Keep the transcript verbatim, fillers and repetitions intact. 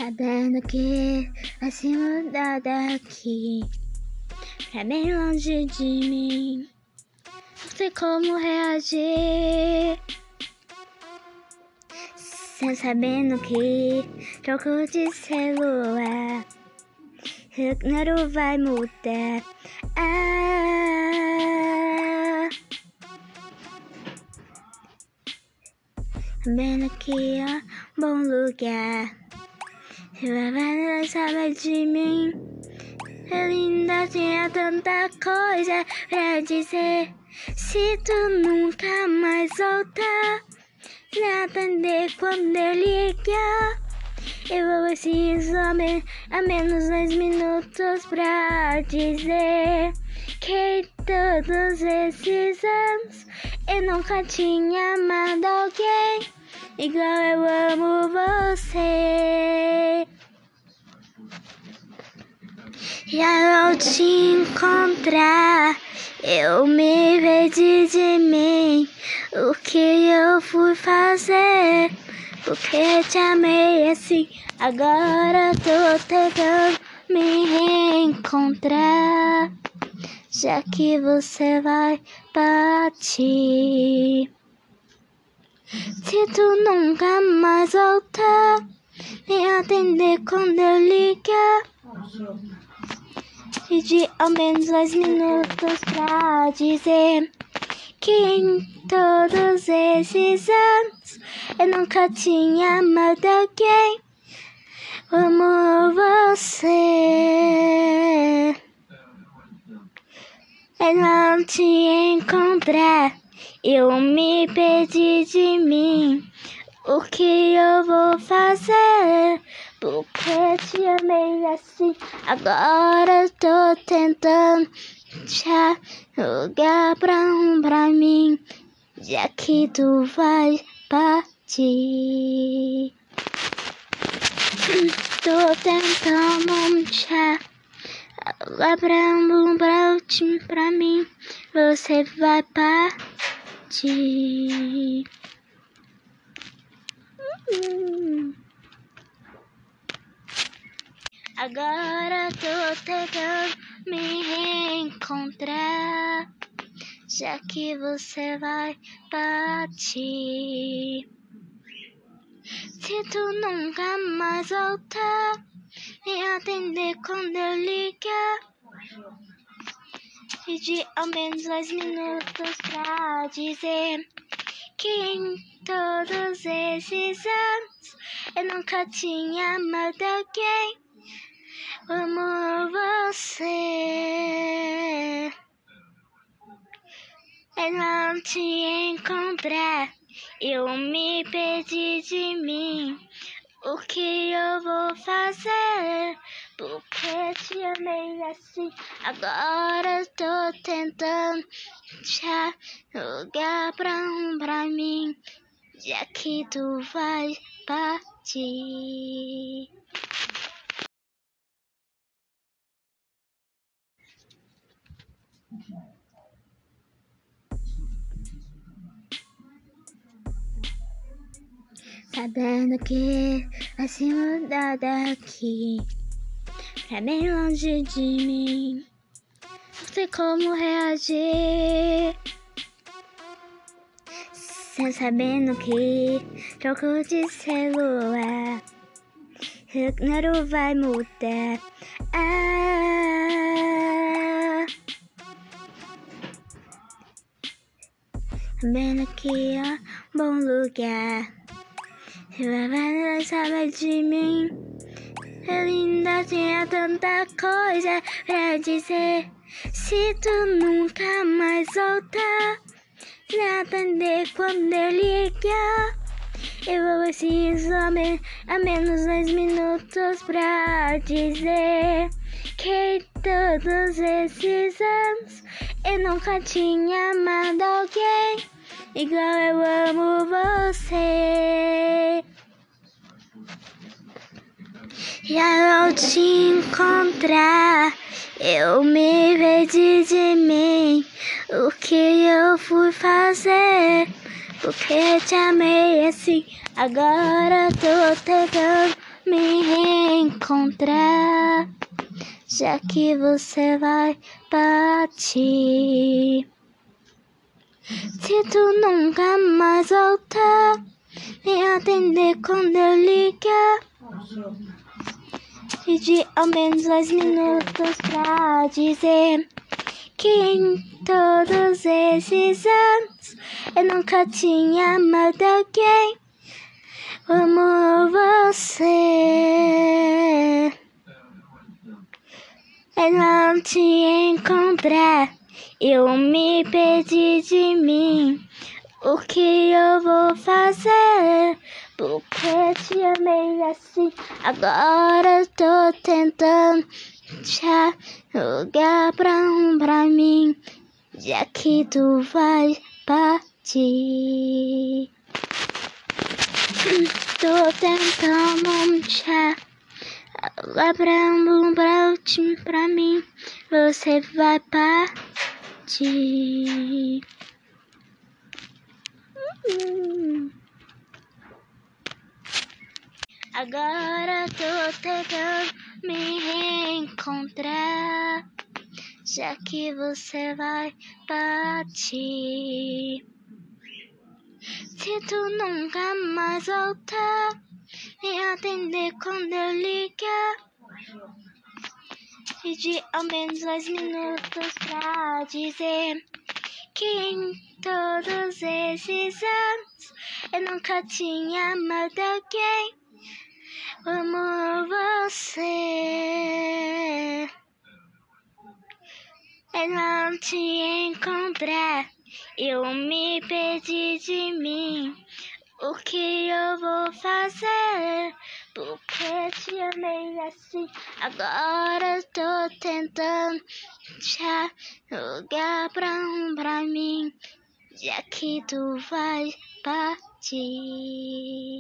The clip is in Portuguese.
Sabendo que vai se mudar daqui pra bem longe de mim. Não sei como reagir, sem sabendo que troco de celular, o número vai mudar. Ah, sabendo que é um bom lugar, ela vai saber de mim. Eu ainda tinha tanta coisa pra dizer. Se tu nunca mais voltar, me atender quando eu ligar, eu vou precisar me, a menos dois minutos pra dizer que todos esses anos eu nunca tinha amado alguém igual eu amo você. E ao te encontrar, eu me perdi de mim. O que eu fui fazer? Porque te amei assim. Agora tô tentando me reencontrar, já que você vai partir. Se tu nunca mais voltar, me atender quando eu ligar, pedir ao menos dois minutos pra dizer que em todos esses anos eu nunca tinha amado alguém como você. Eu não te encontrar, eu me perdi de mim. O que eu vou fazer? Porque te amei assim. Agora eu tô tentando achar lugar pra um pra mim, já que tu vai partir. Tô tentando achar lugar pra um pra, pra mim, você vai partir. Hum. Agora tô tentando me reencontrar, já que você vai partir. Se tu nunca mais voltar, me atender quando eu ligar, pedir ao menos dois minutos pra dizer que em todos esses anos eu nunca tinha amado alguém como você. Eu não te encontrar, eu me perdi de mim. O que eu vou fazer? Porque te amei assim. Agora eu tô tentando achar lugar pra um pra mim, já que tu vai partir. Sabendo que vai se mudar daqui pra bem longe de mim. Não sei como reagir, sem sabendo que troco de celular, o número vai mudar. Ah, sabendo que é um bom lugar, ela vai saber de mim. Eu ainda tinha tanta coisa pra dizer. Se tu nunca mais voltar, me atender quando eu ligar, eu vou precisar me, a menos dois minutos pra dizer que todos esses anos eu nunca tinha amado alguém igual eu amo você. E ao te encontrar, eu me perdi de mim. O que eu fui fazer? Porque te amei assim. Agora tô tentando me reencontrar, já que você vai partir. Se tu nunca mais voltar, me atender quando eu ligar, pedir ao menos dois minutos pra dizer que em todos esses anos eu nunca tinha amado alguém como você. Eu não te encontrar, eu me perdi de mim. O que eu vou fazer? Porque te amei assim. Agora eu tô tentando jogar pra um pra mim, já que tu vai partir. Tô tentando jogar pra um pra, pra mim, você vai partir. Hum. Agora tô tentando me reencontrar, já que você vai partir. Se tu nunca mais voltar, me atender quando eu ligar, pedir ao menos dois minutos pra dizer que em todos esses anos eu nunca tinha amado alguém como você. Eu não te encontrar, eu me perdi de mim. O que eu vou fazer? Porque te amei assim. Agora eu tô tentando jogar pra um pra mim, já que tu vai partir.